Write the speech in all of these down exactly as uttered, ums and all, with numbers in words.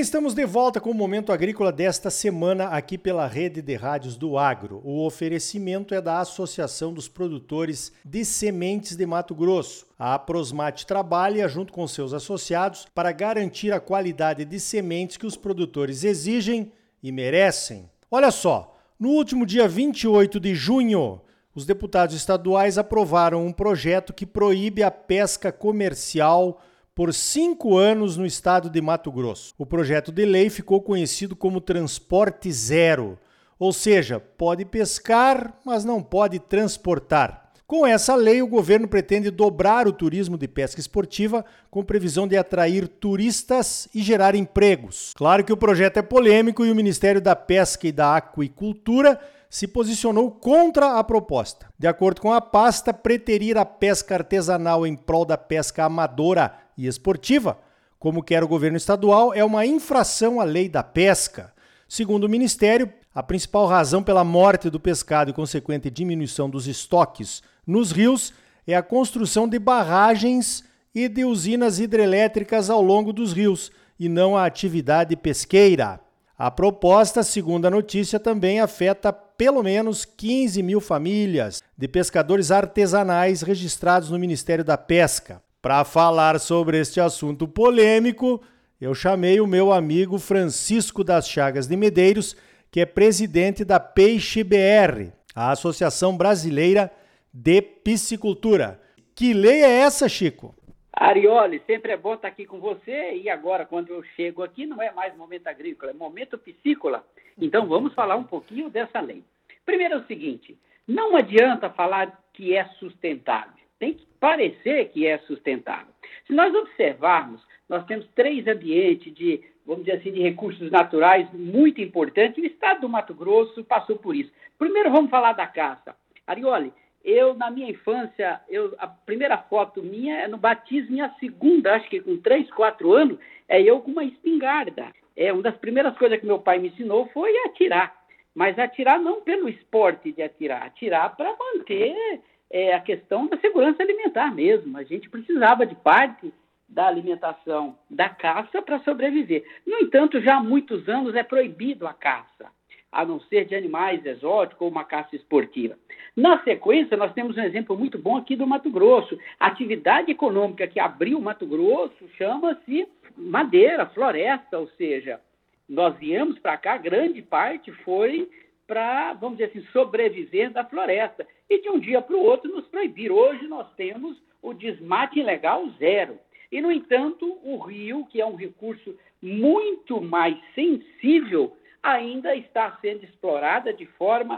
estamos de volta com o Momento Agrícola desta semana aqui pela Rede de Rádios do Agro. O oferecimento é da Associação dos Produtores de Sementes de Mato Grosso. A Aprosmate trabalha junto com seus associados para garantir a qualidade de sementes que os produtores exigem e merecem. Olha só, no último dia vinte e oito de junho, os deputados estaduais aprovaram um projeto que proíbe a pesca comercial por cinco anos no estado de Mato Grosso. O projeto de lei ficou conhecido como Transporte Zero, ou seja, pode pescar, mas não pode transportar. Com essa lei, o governo pretende dobrar o turismo de pesca esportiva com previsão de atrair turistas e gerar empregos. Claro que o projeto é polêmico e o Ministério da Pesca e da Aquicultura se posicionou contra a proposta. De acordo com a pasta, preterir a pesca artesanal em prol da pesca amadora e esportiva, como quer o governo estadual, é uma infração à lei da pesca. Segundo o Ministério, a principal razão pela morte do pescado e consequente diminuição dos estoques nos rios é a construção de barragens e de usinas hidrelétricas ao longo dos rios, e não a atividade pesqueira. A proposta, segundo a notícia, também afeta pelo menos quinze mil famílias de pescadores artesanais registrados no Ministério da Pesca. Para falar sobre este assunto polêmico, eu chamei o meu amigo Francisco das Chagas de Medeiros, que é presidente da Peixe B R, a Associação Brasileira de Piscicultura. Que lei é essa, Chico? Arioli, sempre é bom estar aqui com você, e agora, quando eu chego aqui, não é mais momento agrícola, é momento piscícola. Então, vamos falar um pouquinho dessa lei. Primeiro é o seguinte, não adianta falar que é sustentável, tem que parecer que é sustentável. Se nós observarmos, nós temos três ambientes de, vamos dizer assim, de recursos naturais muito importantes, e o estado do Mato Grosso passou por isso. Primeiro, vamos falar da caça. Arioli, eu, na minha infância, eu, a primeira foto minha é no batismo, e a segunda, acho que com três, quatro anos, é eu com uma espingarda. É, uma das primeiras coisas que meu pai me ensinou foi atirar. Mas atirar não pelo esporte de atirar, atirar para manter é, a questão da segurança alimentar mesmo. A gente precisava de parte da alimentação da caça para sobreviver. No entanto, já há muitos anos é proibido a caça, a não ser de animais exóticos ou uma caça esportiva. Na sequência, nós temos um exemplo muito bom aqui do Mato Grosso. A atividade econômica que abriu o Mato Grosso chama-se madeira, floresta, ou seja, nós viemos para cá, grande parte foi para, vamos dizer assim, sobreviver da floresta. E de um dia para o outro nos proibir. Hoje nós temos o desmate ilegal zero. E, no entanto, o rio, que é um recurso muito mais sensível, ainda está sendo explorada de forma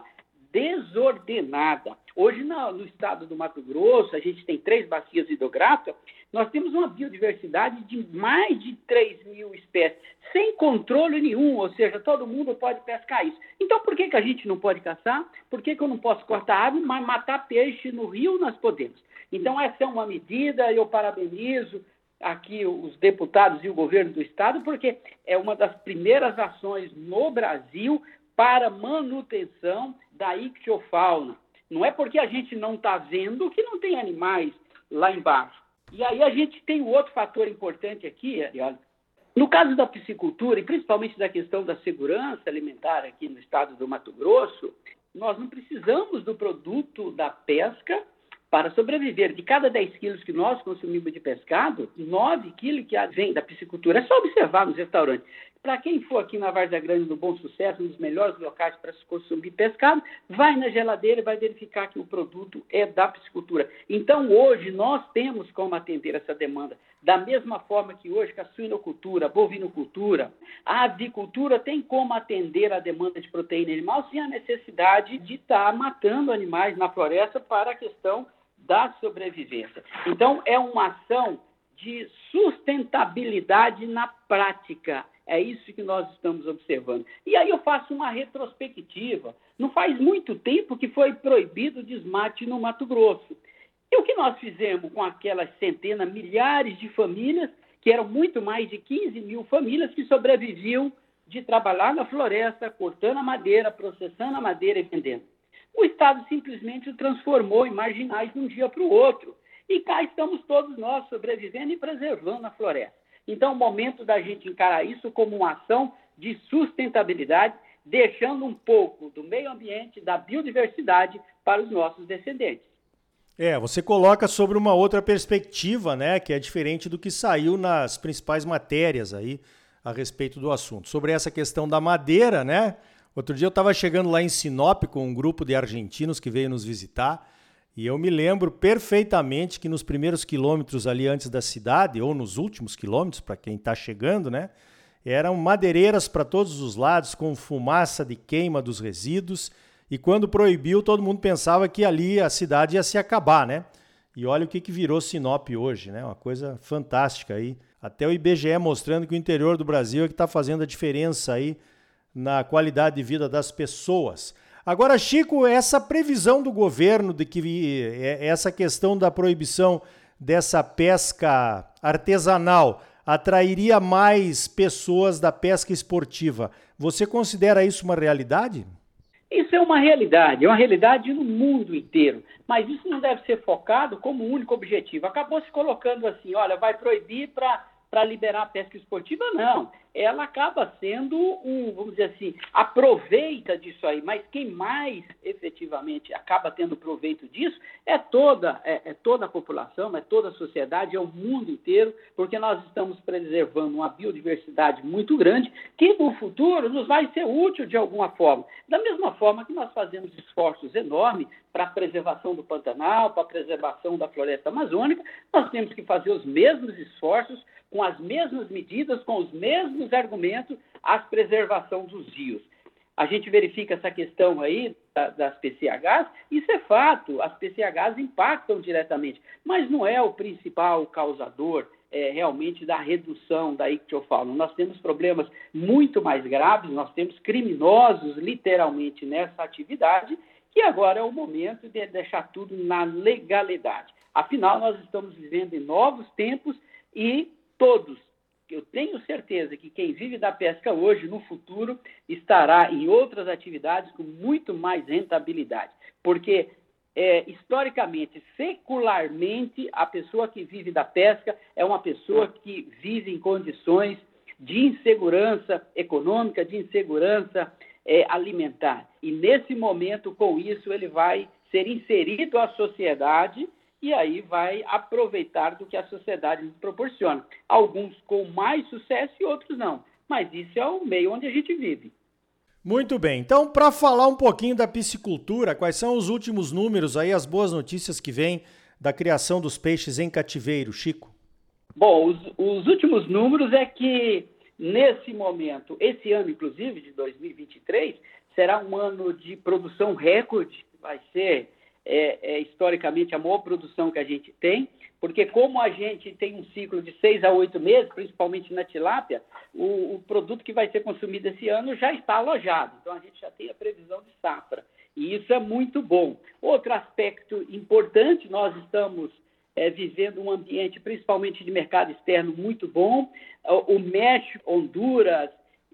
desordenada. Hoje, no, no estado do Mato Grosso, a gente tem três bacias hidrográficas, nós temos uma biodiversidade de mais de três mil espécies, sem controle nenhum, ou seja, todo mundo pode pescar isso. Então, por que, que a gente não pode caçar? Por que, que eu não posso cortar árvore, mas matar peixe no rio nós podemos? Então, essa é uma medida, eu parabenizo aqui os deputados e o governo do estado, porque é uma das primeiras ações no Brasil para manutenção da ictiofauna. Não é porque a gente não está vendo que não tem animais lá embaixo. E aí a gente tem um outro fator importante aqui, Ariel. No caso da piscicultura, e principalmente da questão da segurança alimentar aqui no estado do Mato Grosso, nós não precisamos do produto da pesca para sobreviver. De cada dez quilos que nós consumimos de pescado, nove quilos que vem da piscicultura. É só observar nos restaurantes. Para quem for aqui na Várzea Grande, no Bom Sucesso, um dos melhores locais para se consumir pescado, vai na geladeira e vai verificar que o produto é da piscicultura. Então, hoje, nós temos como atender essa demanda. Da mesma forma que hoje, com a suinocultura, a bovinocultura, a avicultura tem como atender a demanda de proteína animal sem a necessidade de estar matando animais na floresta para a questão da sobrevivência. Então, é uma ação de sustentabilidade na prática. É isso que nós estamos observando. E aí eu faço uma retrospectiva. Não faz muito tempo que foi proibido o desmate no Mato Grosso. E o que nós fizemos com aquelas centenas, milhares de famílias, que eram muito mais de quinze mil famílias que sobreviviam de trabalhar na floresta, cortando a madeira, processando a madeira e vendendo? O Estado simplesmente o transformou em marginais de um dia para o outro. E cá estamos todos nós sobrevivendo e preservando a floresta. Então, é o momento da gente encarar isso como uma ação de sustentabilidade, deixando um pouco do meio ambiente, da biodiversidade para os nossos descendentes. É, você coloca sobre uma outra perspectiva, né, que é diferente do que saiu nas principais matérias aí a respeito do assunto. Sobre essa questão da madeira, né? Outro dia eu estava chegando lá em Sinop com um grupo de argentinos que veio nos visitar e eu me lembro perfeitamente que nos primeiros quilômetros ali antes da cidade, ou nos últimos quilômetros, para quem está chegando, né, eram madeireiras para todos os lados, com fumaça de queima dos resíduos. E quando proibiu, todo mundo pensava que ali a cidade ia se acabar, né? E olha o que, que virou Sinop hoje, né? Uma coisa fantástica aí. Até o I B G E mostrando que o interior do Brasil é que está fazendo a diferença aí na qualidade de vida das pessoas. Agora, Chico, essa previsão do governo de que essa questão da proibição dessa pesca artesanal atrairia mais pessoas da pesca esportiva, você considera isso uma realidade? Isso é uma realidade, é uma realidade no mundo inteiro, mas isso não deve ser focado como único objetivo. Acabou se colocando assim, olha, vai proibir para para liberar a pesca esportiva, não. Ela acaba sendo um, vamos dizer assim, aproveita disso aí, mas quem mais efetivamente acaba tendo proveito disso é toda, é, é toda a população, é toda a sociedade, é o mundo inteiro, porque nós estamos preservando uma biodiversidade muito grande que no futuro nos vai ser útil de alguma forma. Da mesma forma que nós fazemos esforços enormes para a preservação do Pantanal, para a preservação da floresta amazônica, nós temos que fazer os mesmos esforços com as mesmas medidas, com os mesmos argumentos, a preservação dos rios. A gente verifica essa questão aí das P C Hs, isso é fato, as P C Hs impactam diretamente, mas não é o principal causador é, realmente da redução da ictiofauna. Nós temos problemas muito mais graves, nós temos criminosos literalmente nessa atividade, que agora é o momento de deixar tudo na legalidade. Afinal, nós estamos vivendo em novos tempos e todos, eu tenho certeza que quem vive da pesca hoje, no futuro, estará em outras atividades com muito mais rentabilidade. Porque, é, historicamente, secularmente, a pessoa que vive da pesca é uma pessoa que vive em condições de insegurança econômica, de insegurança é, alimentar. E, nesse momento, com isso, ele vai ser inserido à sociedade e aí vai aproveitar do que a sociedade nos proporciona. Alguns com mais sucesso e outros não. Mas isso é o meio onde a gente vive. Muito bem. Então, para falar um pouquinho da piscicultura, quais são os últimos números aí, as boas notícias que vêm da criação dos peixes em cativeiro, Chico? Bom, os, os últimos números é que, nesse momento, esse ano, inclusive, de dois mil e vinte e três, será um ano de produção recorde, vai ser... É, é, historicamente, a maior produção que a gente tem, porque como a gente tem um ciclo de seis a oito meses, principalmente na tilápia, o, o produto que vai ser consumido esse ano já está alojado. Então, a gente já tem a previsão de safra. E isso é muito bom. Outro aspecto importante, nós estamos é, vivendo um ambiente, principalmente de mercado externo, muito bom. O México, Honduras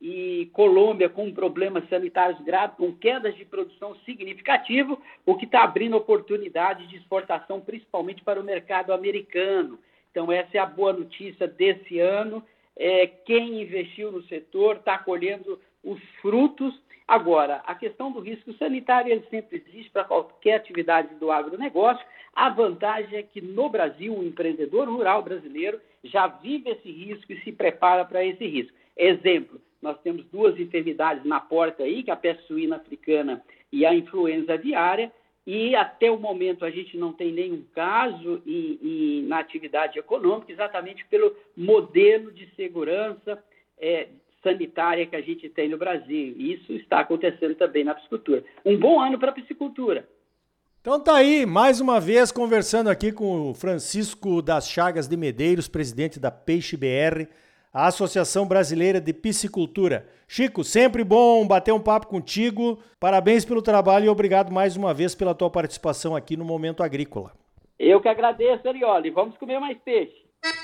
e Colômbia com problemas sanitários graves, com quedas de produção significativas, o que está abrindo oportunidades de exportação, principalmente para o mercado americano. Então, essa é a boa notícia desse ano. É, quem investiu no setor está colhendo os frutos. Agora, a questão do risco sanitário, ele sempre existe para qualquer atividade do agronegócio. A vantagem é que, no Brasil, o empreendedor rural brasileiro já vive esse risco e se prepara para esse risco. Exemplo, nós temos duas enfermidades na porta aí, que é a peste suína africana e a influenza aviária, e até o momento a gente não tem nenhum caso em, em, na atividade econômica, exatamente pelo modelo de segurança é, sanitária que a gente tem no Brasil. E isso está acontecendo também na piscicultura. Um bom ano para a piscicultura. Então tá aí, mais uma vez conversando aqui com o Francisco das Chagas de Medeiros, presidente da Peixe B R, a Associação Brasileira de Piscicultura. Chico, sempre bom bater um papo contigo. Parabéns pelo trabalho e obrigado mais uma vez pela tua participação aqui no Momento Agrícola. Eu que agradeço, Arioli. Vamos comer mais peixe.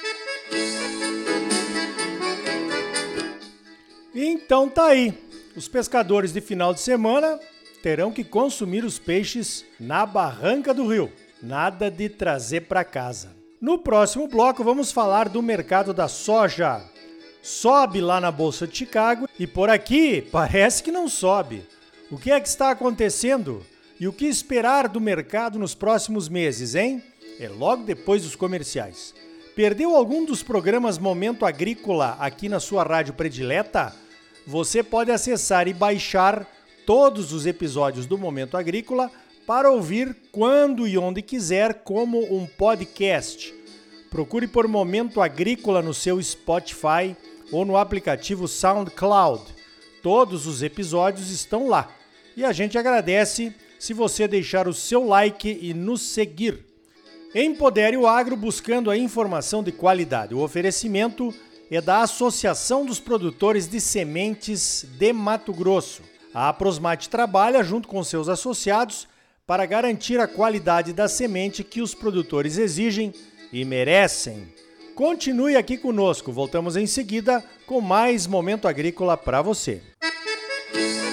Então tá aí. Os pescadores de final de semana terão que consumir os peixes na barranca do rio. Nada de trazer para casa. No próximo bloco vamos falar do mercado da soja. Sobe lá na Bolsa de Chicago e por aqui parece que não sobe. O que é que está acontecendo? E o que esperar do mercado nos próximos meses, hein? É logo depois dos comerciais. Perdeu algum dos programas Momento Agrícola aqui na sua rádio predileta? Você pode acessar e baixar todos os episódios do Momento Agrícola para ouvir quando e onde quiser como um podcast. Procure por Momento Agrícola no seu Spotify ou no aplicativo SoundCloud. Todos os episódios estão lá. E a gente agradece se você deixar o seu like e nos seguir. Empodere o Agro buscando a informação de qualidade. O oferecimento é da Associação dos Produtores de Sementes de Mato Grosso. A Aprosmate trabalha junto com seus associados para garantir a qualidade da semente que os produtores exigem e merecem. Continue aqui conosco. Voltamos em seguida com mais Momento Agrícola para você.